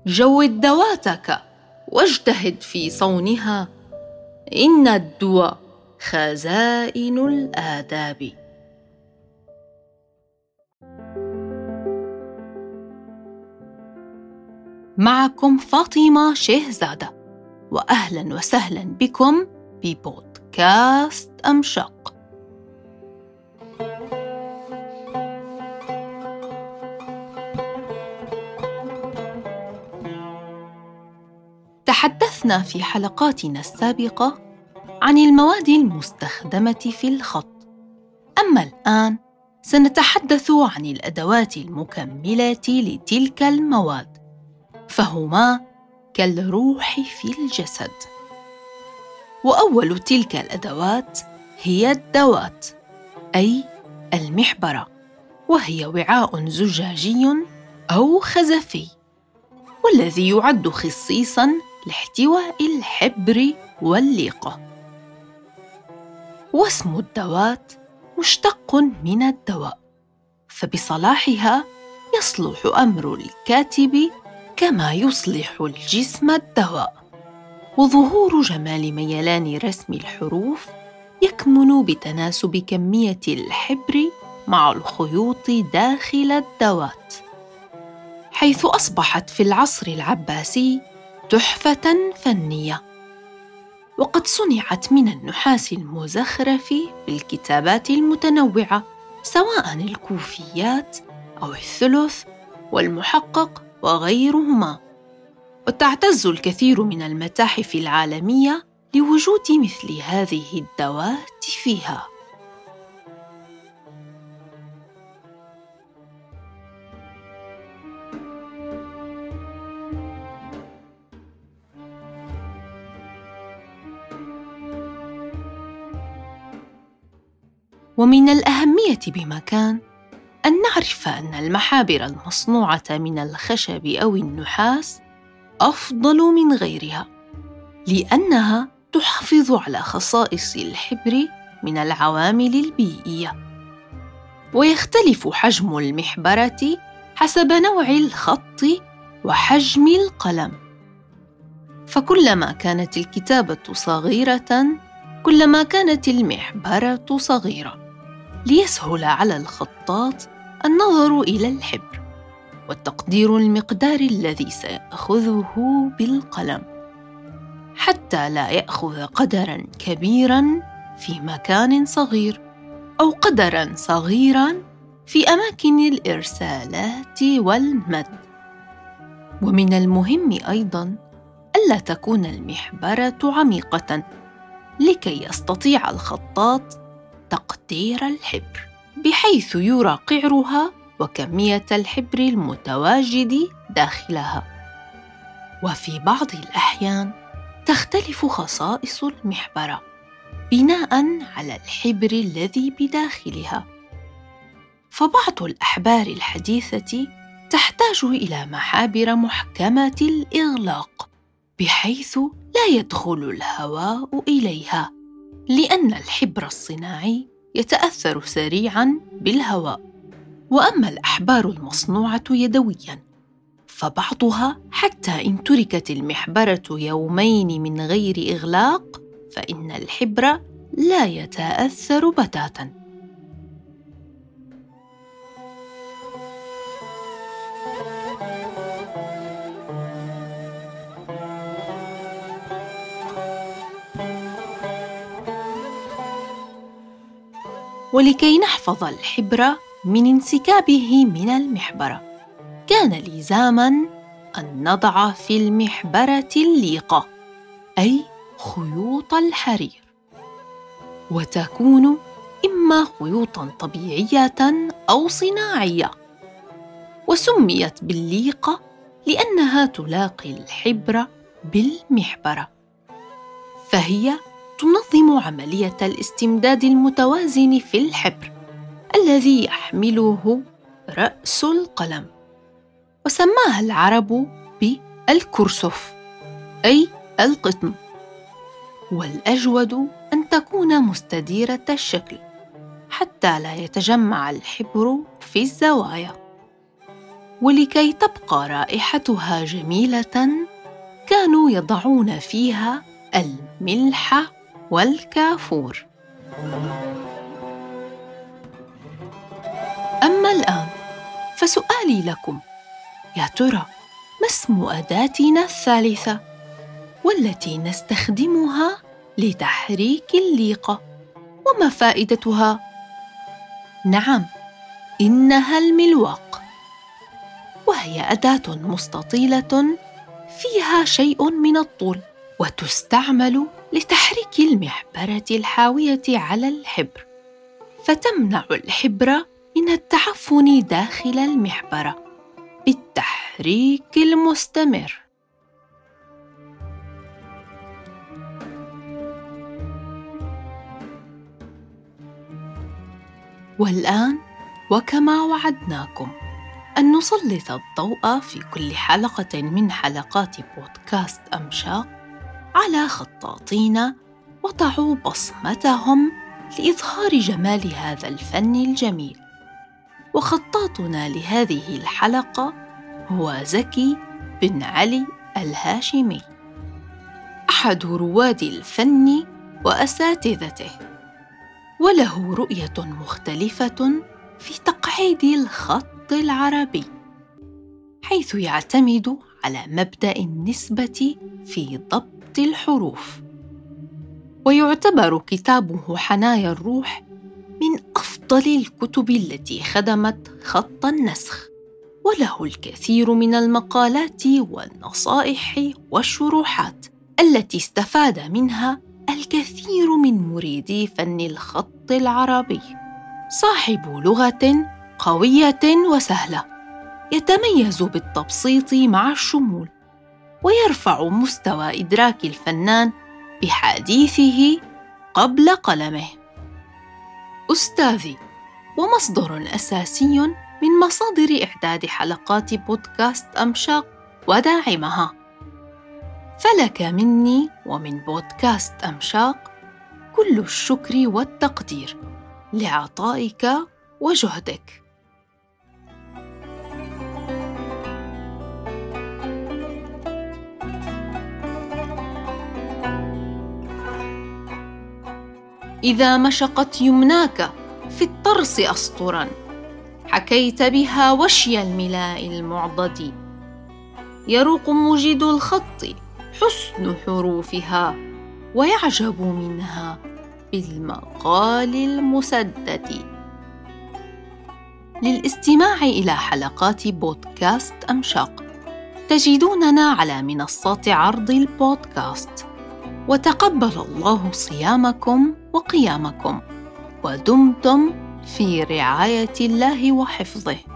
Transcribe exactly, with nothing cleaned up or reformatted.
جود دواتك واجتهد في صونها، إن الدواء خزائن الآداب. معكم فاطمة شهزادة، وأهلا وسهلا بكم ببودكاست أمشق. تحدثنا في حلقاتنا السابقة عن المواد المستخدمة في الخط، أما الآن سنتحدث عن الأدوات المكملة لتلك المواد، فهما كالروح في الجسد. وأول تلك الأدوات هي الدوات، أي المحبرة، وهي وعاء زجاجي أو خزفي، والذي يعد خصيصاً لاحتواء الحبر والليقة. واسم الدوات مشتق من الدواء، فبصلاحها يصلح أمر الكاتب كما يصلح الجسم الدواء. وظهور جمال ميلان رسم الحروف يكمن بتناسب كمية الحبر مع الخيوط داخل الدوات، حيث أصبحت في العصر العباسي تحفة فنية، وقد صنعت من النحاس المزخرف بالكتابات المتنوعة، سواء الكوفيات أو الثلث والمحقق وغيرهما. وتعتز الكثير من المتاحف العالمية لوجود مثل هذه الدوات فيها. ومن الأهمية بمكان أن نعرف أن المحابر المصنوعة من الخشب أو النحاس أفضل من غيرها، لأنها تحافظ على خصائص الحبر من العوامل البيئية. ويختلف حجم المحبرة حسب نوع الخط وحجم القلم، فكلما كانت الكتابة صغيرة كلما كانت المحبرة صغيرة، ليسهل على الخطاط النظر إلى الحبر وتقدير المقدار الذي سيأخذه بالقلم، حتى لا يأخذ قدراً كبيراً في مكان صغير أو قدراً صغيراً في أماكن الإرسالات والمد. ومن المهم أيضاً ألا تكون المحبرة عميقة لكي يستطيع الخطاط تقدير الحبر، بحيث يرى قعرها وكمية الحبر المتواجد داخلها. وفي بعض الأحيان تختلف خصائص المحبرة بناء على الحبر الذي بداخلها، فبعض الأحبار الحديثة تحتاج إلى محابر محكمة الإغلاق بحيث لا يدخل الهواء إليها، لأن الحبر الصناعي يتأثر سريعاً بالهواء. وأما الأحبار المصنوعة يدوياً فبعضها حتى إن تركت المحبرة يومين من غير إغلاق فإن الحبر لا يتأثر بتاتاً. ولكي نحفظ الحبر من انسكابه من المحبرة كان لزاماً أن نضع في المحبرة الليقة، أي خيوط الحرير، وتكون إما خيوطاً طبيعية أو صناعية. وسميت بالليقة لأنها تلاقي الحبر بالمحبرة، فهي تنظم عملية الاستمداد المتوازن في الحبر الذي يحمله رأس القلم. وسماها العرب بالكرسف أي القطن. والأجود أن تكون مستديرة الشكل حتى لا يتجمع الحبر في الزوايا. ولكي تبقى رائحتها جميلة كانوا يضعون فيها الملح والكافور. أما الآن فسؤالي لكم، يا ترى ما اسم أداتنا الثالثة والتي نستخدمها لتحريك الليقة، وما فائدتها؟ نعم، إنها الملواق، وهي أداة مستطيلة فيها شيء من الطول، وتستعمل لتحريك المحبرة الحاوية على الحبر، فتمنع الحبر من التعفن داخل المحبرة بالتحريك المستمر. والآن وكما وعدناكم أن نسلط الضوء في كل حلقة من حلقات بودكاست أمشاق على خطاطين وضعوا بصمتهم لإظهار جمال هذا الفن الجميل. وخطاطنا لهذه الحلقة هو زكي بن علي الهاشمي، أحد رواد الفن وأساتذته، وله رؤية مختلفة في تقعيد الخط العربي، حيث يعتمد على مبدأ النسبة في ضبط الحروف. ويعتبر كتابه حنايا الروح من أفضل الكتب التي خدمت خط النسخ، وله الكثير من المقالات والنصائح والشروحات التي استفاد منها الكثير من مريدي فن الخط العربي. صاحب لغة قوية وسهلة، يتميز بالتبسيط مع الشمول، ويرفع مستوى إدراك الفنان بحديثه قبل قلمه. أستاذي ومصدر أساسي من مصادر إعداد حلقات بودكاست أمشاق وداعمها، فلك مني ومن بودكاست أمشاق كل الشكر والتقدير لعطائك وجهدك. إذا مشقت يمناك في الطرس أسطراً، حكيت بها وشي الملاء المعضد، يروق مجيد الخط حسن حروفها، ويعجب منها بالمقال المسدد. للاستماع إلى حلقات بودكاست أمشاق تجدوننا على منصات عرض البودكاست. وتقبل الله صيامكم وقيامكم، ودمتم في رعاية الله وحفظه.